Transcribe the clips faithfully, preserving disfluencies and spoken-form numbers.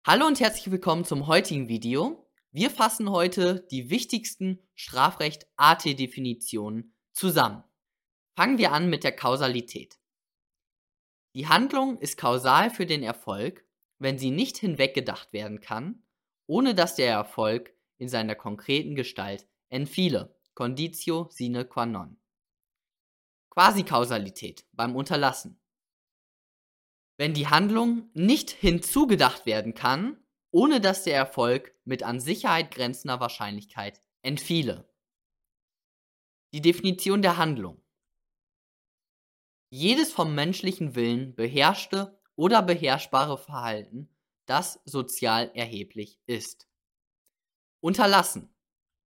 Hallo und herzlich willkommen zum heutigen Video. Wir fassen heute die wichtigsten Strafrecht-A T-Definitionen zusammen. Fangen wir an mit der Kausalität. Die Handlung ist kausal für den Erfolg, wenn sie nicht hinweggedacht werden kann, ohne dass der Erfolg in seiner konkreten Gestalt entfiele. Conditio sine qua non. Quasikausalität beim Unterlassen. Wenn die Handlung nicht hinzugedacht werden kann, ohne dass der Erfolg mit an Sicherheit grenzender Wahrscheinlichkeit entfiele. Die Definition der Handlung. Jedes vom menschlichen Willen beherrschte oder beherrschbare Verhalten, das sozial erheblich ist. Unterlassen.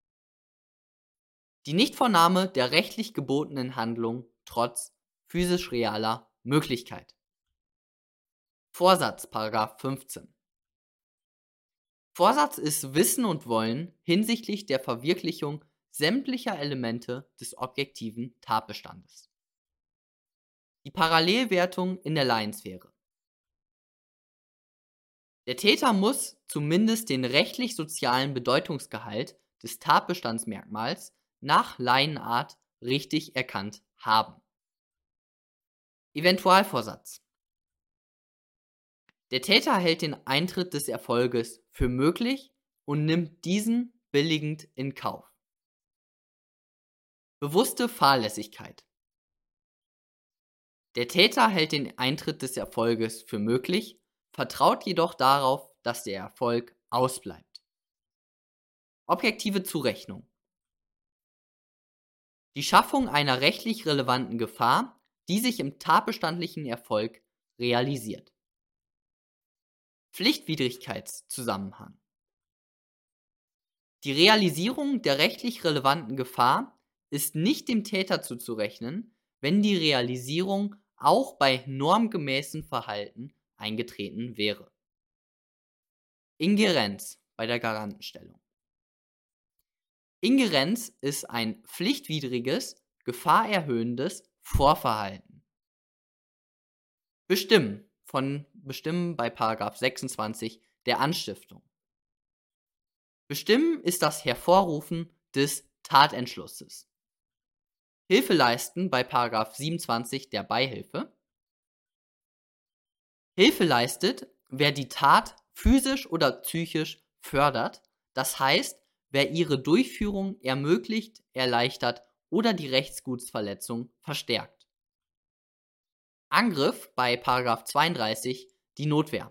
Die Nichtvornahme der rechtlich gebotenen Handlung trotz physisch realer Möglichkeit. Vorsatz, Paragraph fünfzehn. Vorsatz ist Wissen und Wollen hinsichtlich der Verwirklichung sämtlicher Elemente des objektiven Tatbestandes. Die Parallelwertung in der Laiensphäre. Der Täter muss zumindest den rechtlich-sozialen Bedeutungsgehalt des Tatbestandsmerkmals nach Laienart richtig erkannt haben. Eventualvorsatz. Der Täter hält den Eintritt des Erfolges für möglich und nimmt diesen billigend in Kauf. Bewusste Fahrlässigkeit. Der Täter hält den Eintritt des Erfolges für möglich, vertraut jedoch darauf, dass der Erfolg ausbleibt. Objektive Zurechnung. Die Schaffung einer rechtlich relevanten Gefahr, die sich im tatbestandlichen Erfolg realisiert. Pflichtwidrigkeitszusammenhang. Die Realisierung der rechtlich relevanten Gefahr ist nicht dem Täter zuzurechnen, wenn die Realisierung auch bei normgemäßem Verhalten eingetreten wäre. Ingerenz bei der Garantenstellung. Ingerenz ist ein pflichtwidriges, gefahrerhöhendes Vorverhalten. Bestimmen von Bestimmen bei Paragraph sechsundzwanzig der Anstiftung. Bestimmen ist das Hervorrufen des Tatentschlusses. Hilfe leisten bei Paragraph siebenundzwanzig der Beihilfe. Hilfe leistet, wer die Tat physisch oder psychisch fördert, das heißt, wer ihre Durchführung ermöglicht, erleichtert oder die Rechtsgutsverletzung verstärkt. Angriff bei Paragraph zweiunddreißig die Notwehr.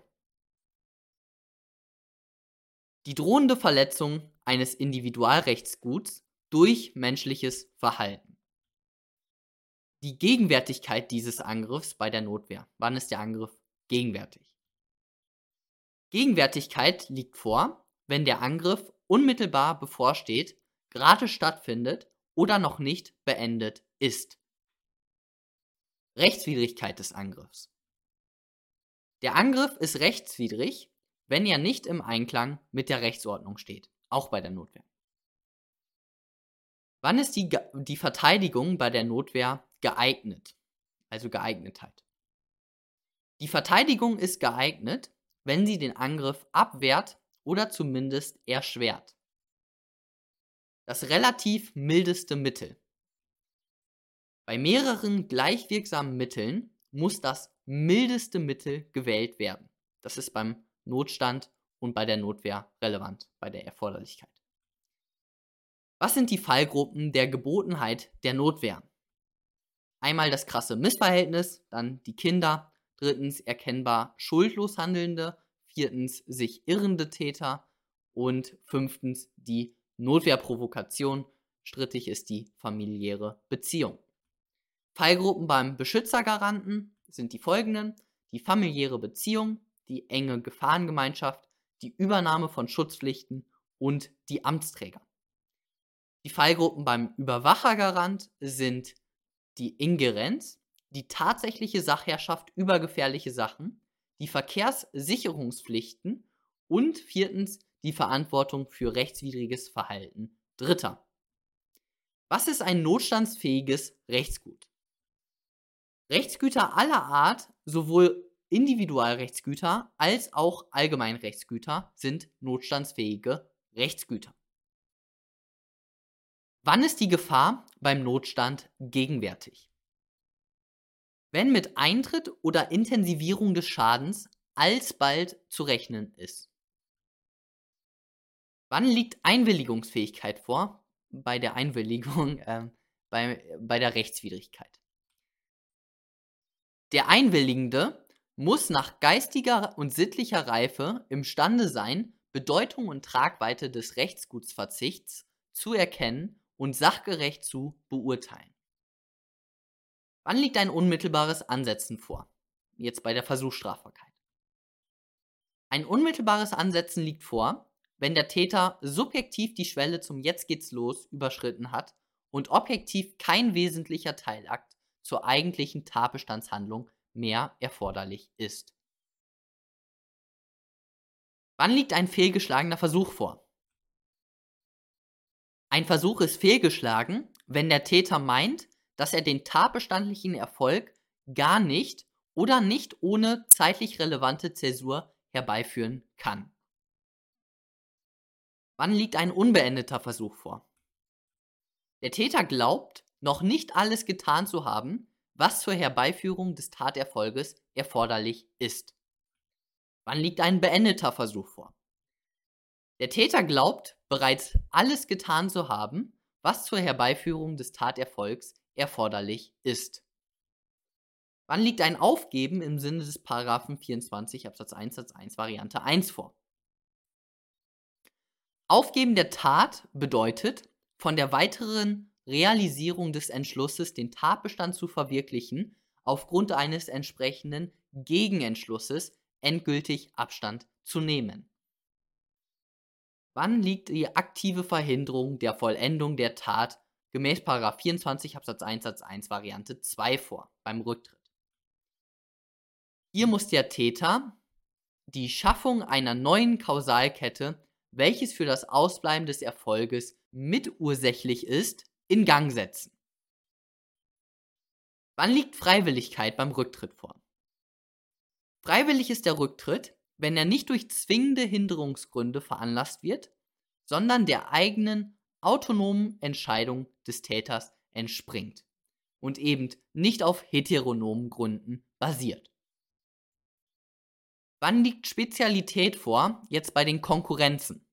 Die drohende Verletzung eines Individualrechtsguts durch menschliches Verhalten. Die Gegenwärtigkeit dieses Angriffs bei der Notwehr. Wann ist der Angriff gegenwärtig? Gegenwärtigkeit liegt vor, wenn der Angriff unmittelbar bevorsteht, gerade stattfindet oder noch nicht beendet ist. Rechtswidrigkeit des Angriffs. Der Angriff ist rechtswidrig, wenn er nicht im Einklang mit der Rechtsordnung steht, auch bei der Notwehr. Wann ist die, die Verteidigung bei der Notwehr geeignet? Also Geeignetheit. Die Verteidigung ist geeignet, wenn sie den Angriff abwehrt oder zumindest erschwert. Das relativ mildeste Mittel. Bei mehreren gleichwirksamen Mitteln muss das mildeste Mittel gewählt werden. Das ist beim Notstand und bei der Notwehr relevant, bei der Erforderlichkeit. Was sind die Fallgruppen der Gebotenheit der Notwehr? Einmal das krasse Missverhältnis, dann die Kinder, drittens erkennbar schuldlos handelnde, viertens sich irrende Täter und fünftens die Notwehrprovokation, strittig ist die familiäre Beziehung. Fallgruppen beim Beschützergaranten sind die folgenden: die familiäre Beziehung, die enge Gefahrengemeinschaft, die Übernahme von Schutzpflichten und die Amtsträger. Die Fallgruppen beim Überwachergarant sind die Ingerenz, die tatsächliche Sachherrschaft über gefährliche Sachen, die Verkehrssicherungspflichten und viertens die Verantwortung für rechtswidriges Verhalten Dritter. Was ist ein notstandsfähiges Rechtsgut? Rechtsgüter aller Art, sowohl Individualrechtsgüter als auch Allgemeinrechtsgüter sind notstandsfähige Rechtsgüter. Wann ist die Gefahr beim Notstand gegenwärtig? Wenn mit Eintritt oder Intensivierung des Schadens alsbald zu rechnen ist. Wann liegt Einwilligungsfähigkeit vor? Bei der Einwilligung, äh, bei, bei der Rechtswidrigkeit. Der Einwilligende muss nach geistiger und sittlicher Reife imstande sein, Bedeutung und Tragweite des Rechtsgutsverzichts zu erkennen und sachgerecht zu beurteilen. Wann liegt ein unmittelbares Ansetzen vor? Jetzt bei der Versuchsstrafbarkeit. Ein unmittelbares Ansetzen liegt vor, wenn der Täter subjektiv die Schwelle zum Jetzt geht's los überschritten hat und objektiv kein wesentlicher Teilakt zur eigentlichen Tatbestandshandlung mehr erforderlich ist. Wann liegt ein fehlgeschlagener Versuch vor? Ein Versuch ist fehlgeschlagen, wenn der Täter meint, dass er den tatbestandlichen Erfolg gar nicht oder nicht ohne zeitlich relevante Zäsur herbeiführen kann. Wann liegt ein unbeendeter Versuch vor? Der Täter glaubt, noch nicht alles getan zu haben, was zur Herbeiführung des Taterfolges erforderlich ist. Wann liegt ein beendeter Versuch vor? Der Täter glaubt, bereits alles getan zu haben, was zur Herbeiführung des Taterfolgs erforderlich ist. Wann liegt ein Aufgeben im Sinne des Paragraphen vierundzwanzig Absatz eins Satz eins Variante eins vor? Aufgeben der Tat bedeutet, von der weiteren Realisierung des Entschlusses, den Tatbestand zu verwirklichen, aufgrund eines entsprechenden Gegenentschlusses endgültig Abstand zu nehmen. Wann liegt die aktive Verhinderung der Vollendung der Tat gemäß Paragraph vierundzwanzig Absatz eins Satz eins Variante zwei vor, beim Rücktritt? Hier muss der Täter die Schaffung einer neuen Kausalkette, welches für das Ausbleiben des Erfolges mitursächlich ist, in Gang setzen. Wann liegt Freiwilligkeit beim Rücktritt vor? Freiwillig ist der Rücktritt, wenn er nicht durch zwingende Hinderungsgründe veranlasst wird, sondern der eigenen autonomen Entscheidung des Täters entspringt und eben nicht auf heteronomen Gründen basiert. Wann liegt Spezialität vor, jetzt bei den Konkurrenzen?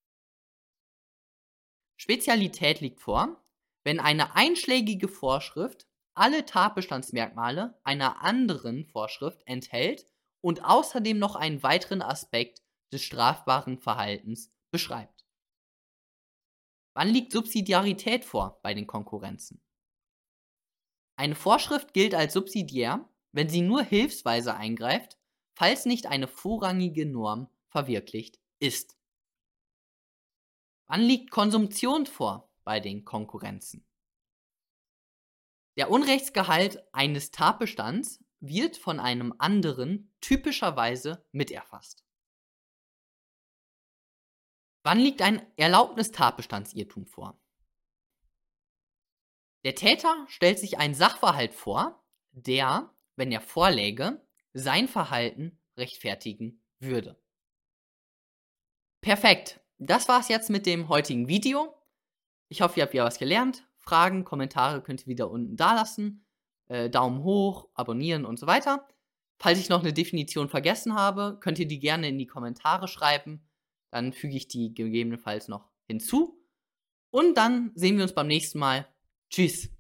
Spezialität liegt vor, wenn eine einschlägige Vorschrift alle Tatbestandsmerkmale einer anderen Vorschrift enthält und außerdem noch einen weiteren Aspekt des strafbaren Verhaltens beschreibt. Wann liegt Subsidiarität vor bei den Konkurrenzen? Eine Vorschrift gilt als subsidiär, wenn sie nur hilfsweise eingreift, falls nicht eine vorrangige Norm verwirklicht ist. Wann liegt Konsumption vor bei den Konkurrenzen? Der Unrechtsgehalt eines Tatbestands wird von einem anderen typischerweise miterfasst. Wann liegt ein Erlaubnis-Tatbestandsirrtum vor? Der Täter stellt sich einen Sachverhalt vor, der, wenn er vorläge, sein Verhalten rechtfertigen würde. Perfekt, das war's jetzt mit dem heutigen Video. Ich hoffe, ihr habt wieder was gelernt. Fragen, Kommentare könnt ihr wieder unten da lassen. Äh, Daumen hoch, abonnieren und so weiter. Falls ich noch eine Definition vergessen habe, könnt ihr die gerne in die Kommentare schreiben. Dann füge ich die gegebenenfalls noch hinzu. Und dann sehen wir uns beim nächsten Mal. Tschüss.